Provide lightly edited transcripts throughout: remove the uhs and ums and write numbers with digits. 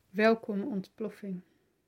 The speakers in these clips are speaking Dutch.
Welkom ontploffing.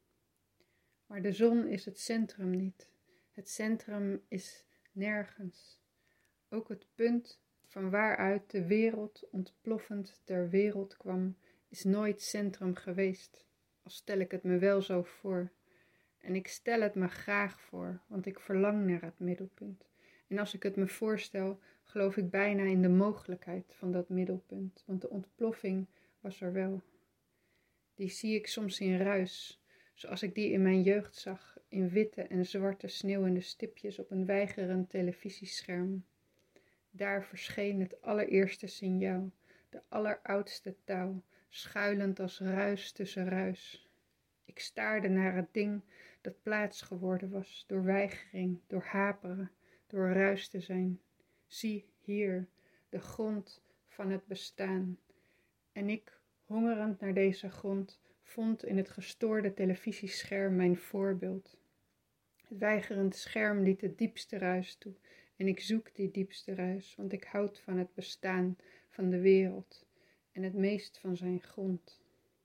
Maar de zon is het centrum niet. Het centrum is nergens. Ook het punt van waaruit de wereld ontploffend ter wereld kwam, is nooit centrum geweest. Al stel ik het me wel zo voor. En ik stel het me graag voor, want ik verlang naar het middelpunt. En als ik het me voorstel, geloof ik bijna in de mogelijkheid van dat middelpunt. Want de ontploffing was er wel. Die zie ik soms in ruis, zoals ik die in mijn jeugd zag, in witte en zwarte sneeuwende stipjes op een weigerend televisiescherm. Daar verscheen het allereerste signaal, de alleroudste taal, schuilend als ruis tussen ruis. Ik staarde naar het ding dat plaats geworden was, door weigering, door haperen, door ruis te zijn. Zie hier, de grond van het bestaan. En ik, hongerend naar deze grond, vond in het gestoorde televisiescherm mijn voorbeeld. Het weigerende scherm liet de diepste ruis toe en ik zoek die diepste ruis, want ik houd van het bestaan van de wereld en het meest van zijn grond.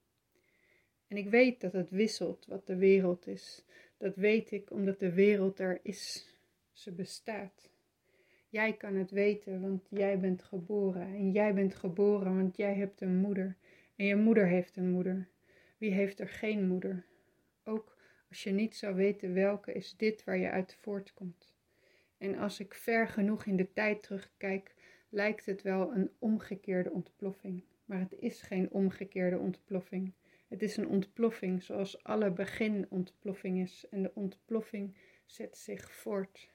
En ik weet dat het wisselt wat de wereld is. Dat weet ik omdat de wereld er is. Ze bestaat. Jij kan het weten, want jij bent geboren. En jij bent geboren, want jij hebt een moeder. En je moeder heeft een moeder. Wie heeft er geen moeder? Ook als je niet zou weten welke, is dit waar je uit voortkomt. En als ik ver genoeg in de tijd terugkijk, lijkt het wel een omgekeerde ontploffing. Maar het is geen omgekeerde ontploffing. Het is een ontploffing zoals alle beginontploffing is. En de ontploffing zet zich voort.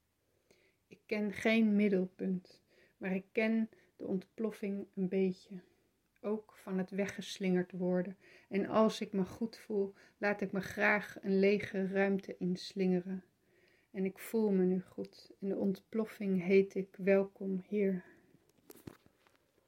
Ik ken geen middelpunt, maar ik ken de ontploffing een beetje. Ook van het weggeslingerd worden. En als ik me goed voel, laat ik me graag een lege ruimte inslingeren. En ik voel me nu goed. In de ontploffing heet ik welkom hier.